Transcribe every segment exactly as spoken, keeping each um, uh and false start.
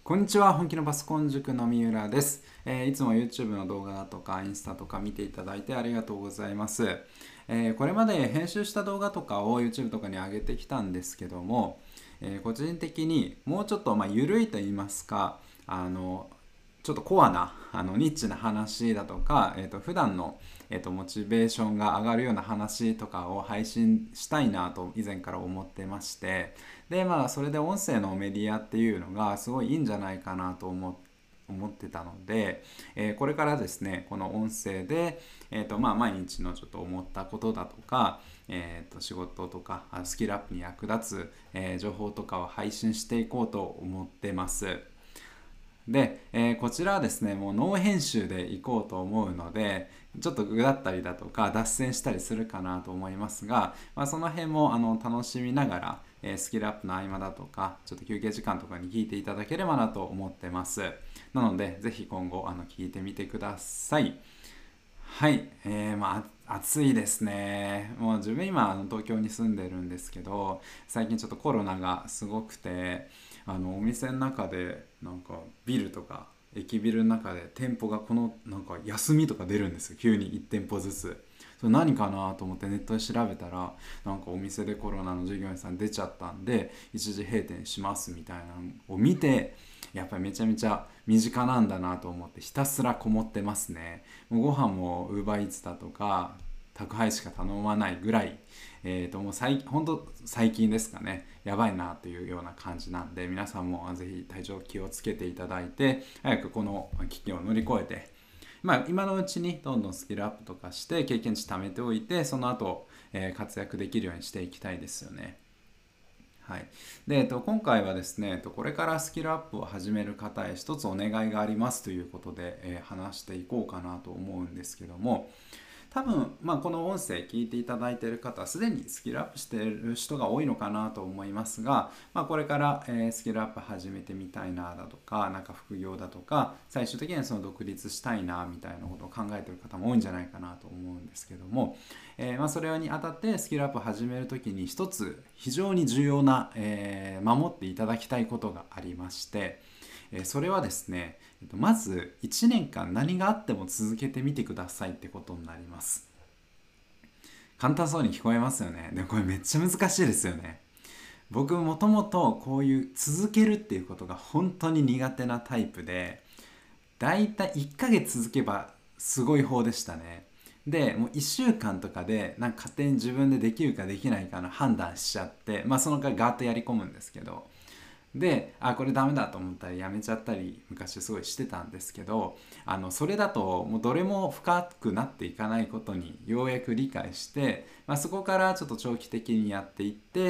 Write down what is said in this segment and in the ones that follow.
こんにちは。本気のパソコン塾の三浦です、えーいつも YouTube の動画だとかインスタとか見ていただいてありがとうございます、えーこれまで編集した動画とかを YouTube とかに上げてきたんですけども、えー個人的にもうちょっとまあ緩いと言いますか、あのちょっとコアなあのニッチな話だとか、えー、と普段の、えー、とモチベーションが上がるような話とかを配信したいなと以前から思ってまして、でまあそれで音声のメディアっていうのがすごいいいんじゃないかなと思って思ってたので、えーこれからですねこの音声で、えーとまあ、毎日のちょっと思ったことだとか、えーと仕事とかあスキルアップに役立つ、えー情報とかを配信していこうと思ってます。で、えーこちらはですねもうノー編集でいこうと思うので、ちょっと具だったりだとか脱線したりするかなと思いますが、まあ、その辺もあの楽しみながら、えースキルアップの合間だとかちょっと休憩時間とかに聞いていただければなと思ってます。なのでぜひ今後あの聞いてみてください。はい、えー、まあ暑いですね。もう自分今あの東京に住んでるんですけど、最近ちょっとコロナがすごくて、あのお店の中でなんかビルとか駅ビルの中で店舗がこのなんか休みとか出るんですよ。急にいち店舗ずつ。それ何かなと思ってネットで調べたら、なんかお店でコロナの従業員さん出ちゃったんで一時閉店しますみたいなのを見て、やっぱりめちゃめちゃ身近なんだなと思ってひたすらこもってますね。もうご飯も UberEats だとか宅配しか頼まないぐらい、えー、ともう最本当最近ですかね、やばいなというような感じなんで、皆さんもぜひ体調気をつけていただいて早くこの危機を乗り越えて、まあ、今のうちにどんどんスキルアップとかして経験値貯めておいて、その後、えー活躍できるようにしていきたいですよね。はい、で、えっと、今回はですね、えっと、これからスキルアップを始める方へ一つお願いがありますということで、えー話していこうかなと思うんですけども、多分、まあ、この音声聞いていただいている方はすでにスキルアップしている人が多いのかなと思いますが、まあ、これから、えースキルアップ始めてみたいなだとか、なんか副業だとか最終的にはその独立したいなみたいなことを考えている方も多いんじゃないかなと思うんですけども、えーまあ、それにあたってスキルアップを始めるときに一つ非常に重要な、えー守っていただきたいことがありまして、えーそれはですね、まずいちねんかん何があっても続けてみてくださいってことになります。簡単そうに聞こえますよね。でもこれめっちゃ難しいですよね。僕もともとこういう続けるっていうことが本当に苦手なタイプで、だいたいいっかげつ続けばすごい方でしたね。でもういっしゅうかんとかでなんか勝手に自分でできるかできないかの判断しちゃって、まあその回ガーッとやり込むんですけど、であこれダメだと思ったらやめちゃったり昔すごいしてたんですけど、あのそれだともうどれも深くなっていかないことにようやく理解して、まあ、そこからちょっと長期的にやっていって、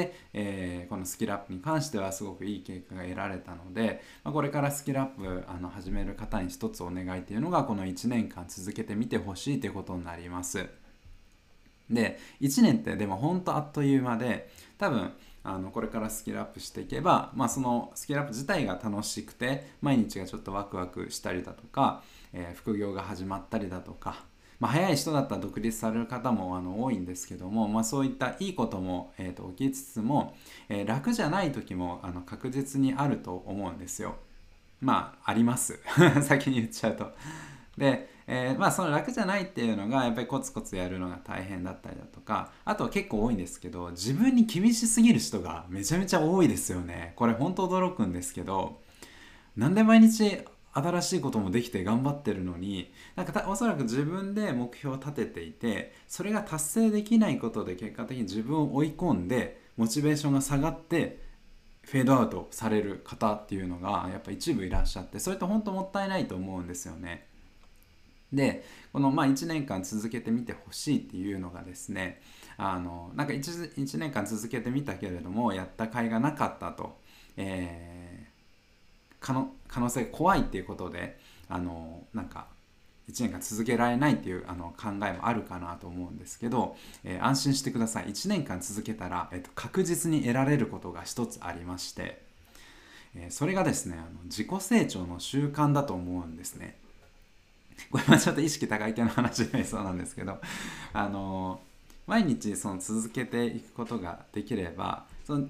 えーこのスキルアップに関してはすごくいい結果が得られたので、まあ、これからスキルアップあの始める方に一つお願いっていうのがこのいちねんかん続けてみてほしいということになります。でいちねんってでも本当あっという間で、多分あのこれからスキルアップしていけば、まあ、そのスキルアップ自体が楽しくて毎日がちょっとワクワクしたりだとか、えー副業が始まったりだとか、まあ、早い人だったら独立される方もあの多いんですけども、まあ、そういったいいことも、えーと起きつつも、えー楽じゃない時もあの確実にあると思うんですよ。まああります先に言っちゃうと。で、えーまあその楽じゃないっていうのがやっぱりコツコツやるのが大変だったりだとか、あとは結構多いんですけど、自分に厳しすぎる人がめちゃめちゃ多いですよね。これ本当驚くんですけど、なんで毎日新しいこともできて頑張ってるのに、なんかたおそらく自分で目標を立てていて、それが達成できないことで結果的に自分を追い込んでモチベーションが下がってフェードアウトされる方っていうのがやっぱ一部いらっしゃって、それって本当もったいないと思うんですよね。でこのまあいちねんかん続けてみてほしいっていうのがですね、あのなんか 1, いちねんかん続けてみたけれどもやった甲斐がなかったと、えー可能可能性が怖いっていうことで、あのなんかいちねんかん続けられないっていうあの考えもあるかなと思うんですけど、えー安心してください。いちねんかん続けたら、えっと、確実に得られることが一つありまして、えーそれがですねあの自己成長の習慣だと思うんですね。これはちょっと意識高い系の話になりそうなんですけど、あの毎日その続けていくことができれば、その、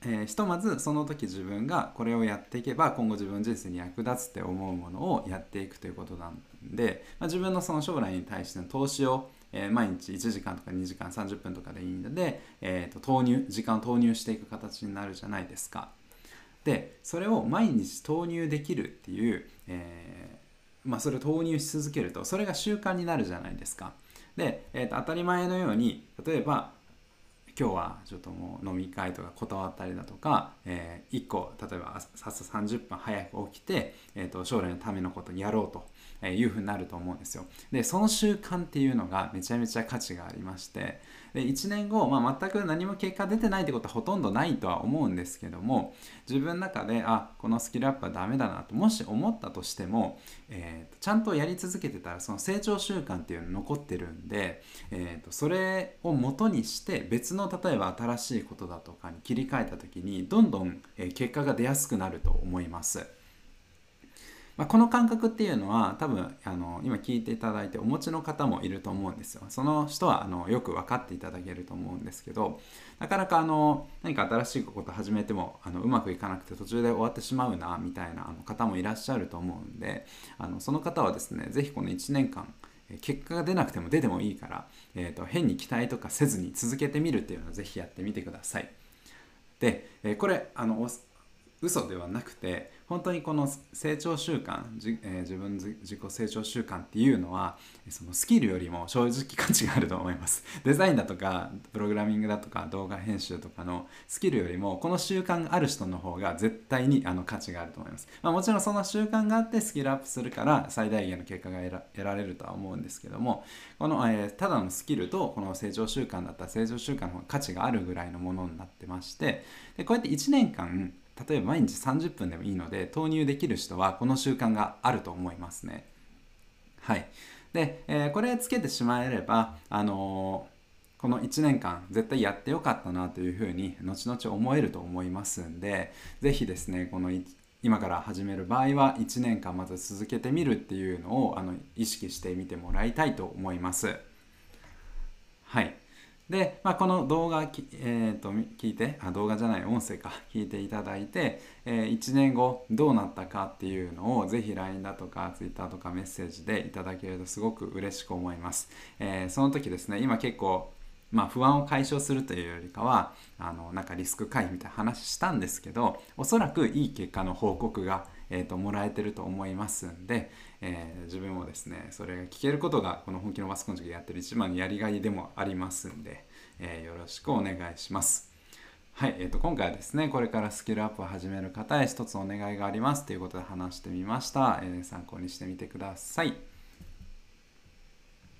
えーひとまずその時自分がこれをやっていけば今後自分人生に役立つって思うものをやっていくということなんで、まあ、自分のその将来に対しての投資を、えー毎日いちじかんとかにじかんさんじゅっぷんとかでいいので、えーと投入時間を投入していく形になるじゃないですか。でそれを毎日投入できるっていう、えーまあ、それを投入し続けるとそれが習慣になるじゃないですか。で、えーと当たり前のように例えば今日はちょっともう飲み会とか断ったりだとか、えー、いっこ例えば朝さんじゅっぷん早く起きて、えー、と将来のためのことをやろうというふうになると思うんですよ。でその習慣っていうのがめちゃめちゃ価値がありまして、でいちねんご、まあ、全く何も結果出てないってことはほとんどないとは思うんですけども、自分の中であこのスキルアップはダメだなともし思ったとしても、えー、とちゃんとやり続けてたらその成長習慣っていうの残ってるんで、えー、とそれを元にして別の例えば新しいことだとかに切り替えた時にどんどん、えー結果が出やすくなると思います。まあ、この感覚っていうのは多分あの今聞いていただいてお持ちの方もいると思うんですよ。その人はあのよく分かっていただけると思うんですけど、なかなかあの何か新しいこと始めてもあのうまくいかなくて途中で終わってしまうなみたいなあの方もいらっしゃると思うんで、あのその方はですねぜひこのいちねんかん結果が出なくても出てもいいから、えー、と変に期待とかせずに続けてみるっていうのをぜひやってみてください。で、えーこれあの嘘ではなくて本当にこの成長習慣、じえー自分自己成長習慣っていうのはそのスキルよりも正直価値があると思います。デザインだとかプログラミングだとか動画編集とかのスキルよりもこの習慣がある人の方が絶対にあの価値があると思います。まあ、もちろんその習慣があってスキルアップするから最大限の結果が得ら得られるとは思うんですけども、この、えーただのスキルとこの成長習慣だったら成長習慣の方が価値があるぐらいのものになってまして、でこうやっていちねんかん例えば毎日さんじゅっぷんでもいいので投入できる人はこの習慣があると思いますね。はい。で、えーこれつけてしまえれば、あのーこのいちねんかん絶対やってよかったなというふうに後々思えると思いますんで、ぜひですねこのい今から始める場合はいちねんかんまず続けてみるっていうのをあの意識してみてもらいたいと思います。はい。で、まあ、この動画き、えー、と聞いてあ動画じゃない音声か聞いていただいて、えーいちねんごどうなったかっていうのをぜひ ライン だとか Twitter とかメッセージでいただけるとすごく嬉しく思います。えーその時ですね今結構まあ、不安を解消するというよりかはあのなんかリスク回避みたいな話したんですけど、おそらくいい結果の報告が、えー、ともらえてると思いますんで、えー自分もですねそれが聞けることがこの本気のマスコン塾でやってる一番のやりがいでもありますんで、えーよろしくお願いします。はい、えー、と今回はですねこれからスキルアップを始める方へ一つお願いがありますということで話してみました。えー参考にしてみてください。